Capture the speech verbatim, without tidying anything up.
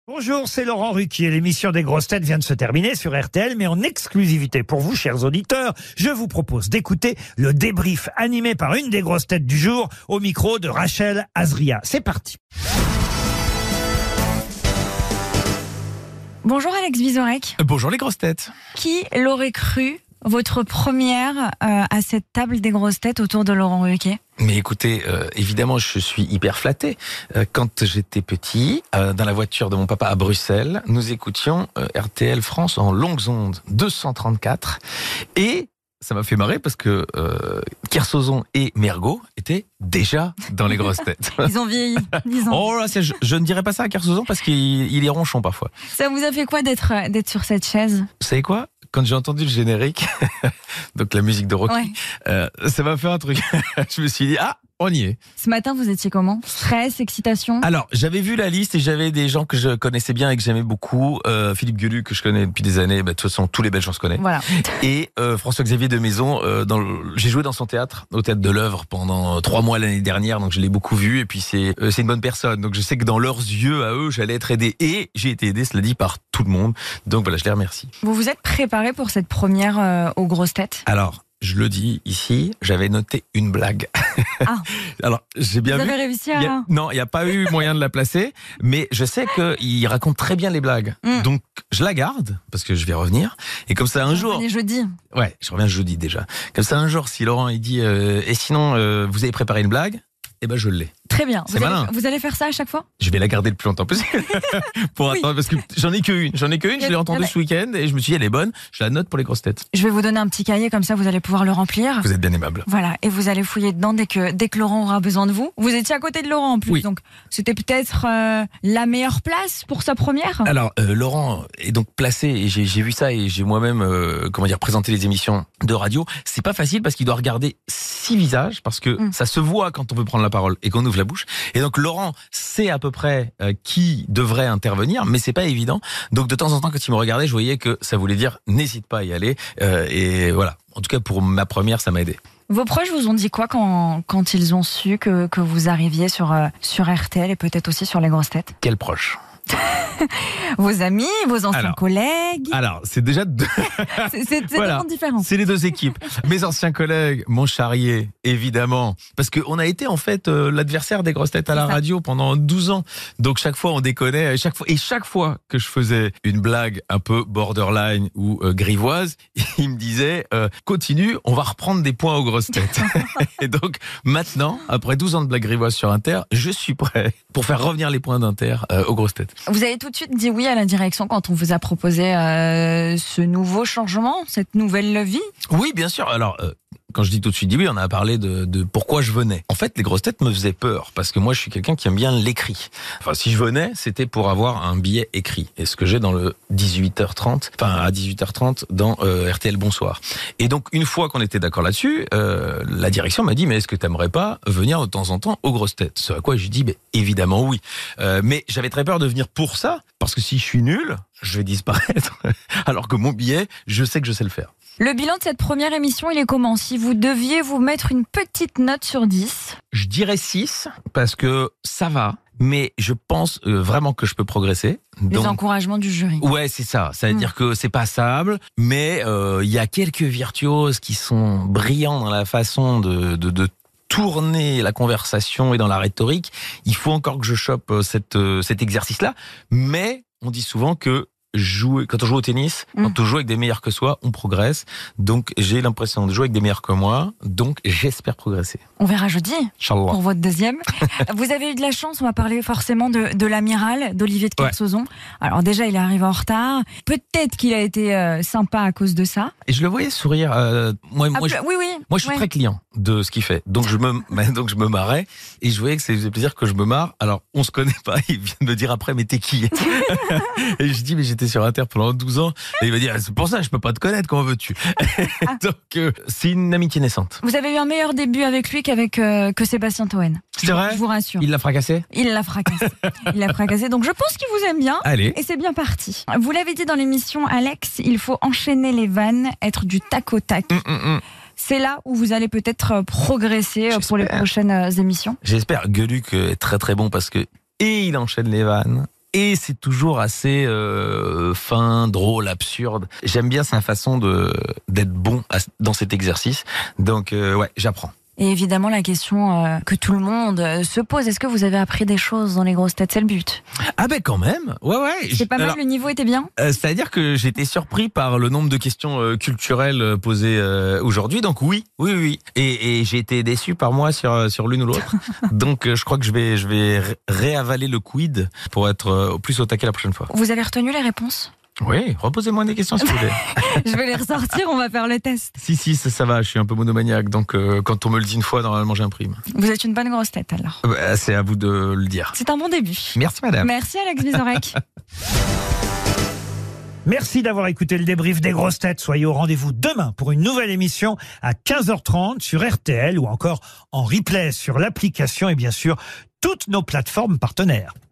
Bonjour, c'est Laurent Ruquier. L'émission des grosses têtes vient de se terminer sur R T L, mais en exclusivité pour vous, chers auditeurs, je vous propose d'écouter le débrief animé par une des grosses têtes du jour au micro de Rachel Azria. C'est parti. Bonjour Alex Vizorek. Bonjour les grosses têtes. Qui l'aurait cru, votre première euh, à cette table des grosses têtes autour de Laurent Ruquier? Mais écoutez, euh, évidemment, je suis hyper flatté. Euh, quand j'étais petit, euh, dans la voiture de mon papa à Bruxelles, nous écoutions euh, R T L France en longues ondes deux cent trente-quatre. Et ça m'a fait marrer parce que euh, Kersozon et Mergo étaient déjà dans les grosses têtes. Ils ont vieilli, disons. Oh là, c'est, je, je ne dirais pas ça à Kersozon parce qu'il il est ronchon parfois. Ça vous a fait quoi d'être, d'être sur cette chaise? Vous savez quoi? Quand j'ai entendu le générique, donc la musique de Rocky, Ouais. euh, ça m'a fait un truc. Je me suis dit, ah, on y est. Ce matin, vous étiez comment? Stress, excitation? Alors, j'avais vu la liste et j'avais des gens que je connaissais bien et que j'aimais beaucoup. Euh, Philippe Gueluc, que je connais depuis des années. Bah, de toute façon, tous les Belges, on se connaît. Voilà. Et euh, François-Xavier de Maison. Euh, dans le... J'ai joué dans son théâtre, au Théâtre de l'Œuvre, pendant trois mois l'année dernière. Donc, je l'ai beaucoup vu. Et puis, c'est euh, c'est une bonne personne. Donc, je sais que dans leurs yeux, à eux, j'allais être aidé. Et j'ai été aidé, cela dit, par tout le monde. Donc, voilà, je les remercie. Vous vous êtes préparé pour cette première euh, aux grosses têtes? Alors, je le dis ici, j'avais noté une blague. Ah. Alors, j'ai bien Vous vu. avez réussi Il y a- à... non, il n'y a pas eu moyen de la placer, mais je sais qu'il raconte très bien les blagues. Mm. Donc, je la garde, parce que je vais revenir. Et comme ça, un jour... On est jeudi. Ouais, je reviens jeudi déjà. Comme ça, un jour, si Laurent, il dit euh, « Et sinon, euh, vous avez préparé une blague ?» Eh ben, je l'ai. Très bien. C'est Vous allez, malin. vous allez faire ça à chaque fois? Je vais la garder le plus longtemps possible. Pour Oui. attendre, parce que j'en ai qu'une. J'en ai qu'une, Il y je a- l'ai entendue il y en a- ce week-end, et je me suis dit, elle est bonne, je la note pour les grosses têtes. Je vais vous donner un petit cahier, comme ça vous allez pouvoir le remplir. Vous êtes bien aimable. Voilà, et vous allez fouiller dedans dès que, dès que Laurent aura besoin de vous. Vous étiez à côté de Laurent en plus, Oui. donc c'était peut-être euh, la meilleure place pour sa première. Alors, euh, Laurent est donc placé, et j'ai, j'ai vu ça, et j'ai moi-même, euh, comment dire, présenté les émissions de radio. C'est pas facile parce qu'il doit regarder six visages, parce que Mm. ça se voit quand on veut prendre la parole et qu'on ouvre la bouche. Et donc, Laurent sait à peu près euh, qui devrait intervenir, mais c'est pas évident. Donc, de temps en temps, quand il me regardait, je voyais que ça voulait dire n'hésite pas à y aller. Euh, et voilà. En tout cas, pour ma première, ça m'a aidé. Vos proches vous ont dit quoi quand, quand ils ont su que, que vous arriviez sur, euh, sur R T L et peut-être aussi sur les grosses têtes? Quel proche? Vos amis, vos anciens Alors, collègues? Alors, c'est déjà deux, C'est c'est- c'est voilà. vraiment différent. c'est les deux équipes. Mes anciens collègues m'ont charrié, évidemment, parce qu'on a été en fait euh, l'adversaire des grosses têtes à la C'est ça. radio pendant douze ans. Donc chaque fois on déconnait, et chaque fois et chaque fois que je faisais une blague un peu borderline ou euh, grivoise, ils me disaient euh, continue, on va reprendre des points aux grosses têtes. Et donc maintenant, après douze ans de blagues grivoises sur Inter, je suis prêt pour faire revenir les points d'Inter euh, aux grosses têtes. Vous avez tout de suite dit oui à la direction quand on vous a proposé euh, ce nouveau changement, cette nouvelle vie? Oui, bien sûr. Alors, euh, quand je dis tout de suite, oui, on a parlé de, de pourquoi je venais. En fait, les grosses têtes me faisaient peur parce que moi, je suis quelqu'un qui aime bien l'écrit. Enfin, si je venais, c'était pour avoir un billet écrit. Et ce que j'ai dans le dix-huit heures trente, enfin à dix-huit heures trente dans euh, R T L Bonsoir. Et donc, une fois qu'on était d'accord là-dessus, euh, la direction m'a dit, mais est-ce que t'aimerais pas venir de temps en temps aux grosses têtes? Ce à quoi j'ai dit, ben, évidemment oui. Euh, mais j'avais très peur de venir pour ça, parce que si je suis nul, je vais disparaître. Alors que mon billet, je sais que je sais le faire. Le bilan de cette première émission, il est comment? Si vous deviez vous mettre une petite note sur dix? Je dirais six, parce que ça va, mais je pense euh, vraiment que je peux progresser. Les Donc, encouragements du jury. ouais, c'est ça. Ça veut Mm. dire que c'est passable, mais euh, il y a quelques virtuoses qui sont brillants dans la façon de, de, de tourner la conversation et dans la rhétorique. Il faut encore que je chope euh, cette, euh, cet exercice-là, mais on dit souvent que jouer, quand on joue au tennis, Mm. quand on joue avec des meilleurs que soi, on progresse. Donc j'ai l'impression de jouer avec des meilleurs que moi, donc j'espère progresser. On verra jeudi Inch'Allah. pour votre deuxième. Vous avez eu de la chance, on va parler forcément de, de l'amiral, d'Olivier de Ouais. Kersozon. Alors déjà, il est arrivé en retard. Peut-être qu'il a été euh, sympa à cause de ça. Et je le voyais sourire. Euh, moi, Ah, moi, je, oui, oui. moi, je suis ouais. très client de ce qu'il fait. Donc je me, donc je me marrais et je voyais que ça faisait plaisir que je me marre. Alors on se connaît pas. Il vient de me dire après, mais t'es qui? Et je dis, mais j'étais sur Inter pendant douze ans. Et il va dire, c'est pour ça, je peux pas te connaître. Comment veux-tu? Ah. Donc euh, c'est une amitié naissante. Vous avez eu un meilleur début avec lui qu'avec euh, que Sébastien Toen. C'est vrai? Je vous rassure. Il l'a fracassé? Il l'a fracassé. Il l'a fracassé. Donc je pense qu'il vous aime bien. Allez. Et c'est bien parti. Vous l'avez dit dans l'émission, Alex, il faut enchaîner les vannes, être du tac au tac. Hum, hum, hum. C'est là où vous allez peut-être euh, progresser euh, pour les J'espère. prochaines euh, émissions. J'espère. Gueluc est très très bon parce que et il enchaîne les vannes et c'est toujours assez euh, fin, drôle, absurde. J'aime bien sa façon de d'être bon à, dans cet exercice. Donc euh, ouais, j'apprends. Et évidemment, la question euh, que tout le monde euh, se pose, est-ce que vous avez appris des choses dans les grosses têtes? C'est le but. Ah ben quand même, ouais ouais. C'est pas mal, Alors, le niveau était bien. euh, C'est-à-dire que j'étais surpris par le nombre de questions euh, culturelles euh, posées euh, aujourd'hui. Donc oui, oui, oui. Et, et j'ai été déçu par moi sur sur l'une ou l'autre. Donc euh, je crois que je vais je vais ré- réavaler le quid pour être euh, plus au taquet la prochaine fois. Vous avez retenu les réponses? Oui, reposez-moi des questions si vous voulez. Je vais les ressortir, on va faire le test. Si, si, ça, ça va, je suis un peu monomaniaque, donc euh, quand on me le dit une fois, normalement j'imprime. Vous êtes une bonne grosse tête alors. Bah, c'est à vous de le dire. C'est un bon début. Merci madame. Merci Alex Vizorek. Merci d'avoir écouté le débrief des grosses têtes. Soyez au rendez-vous demain pour une nouvelle émission à quinze heures trente sur R T L ou encore en replay sur l'application et bien sûr toutes nos plateformes partenaires.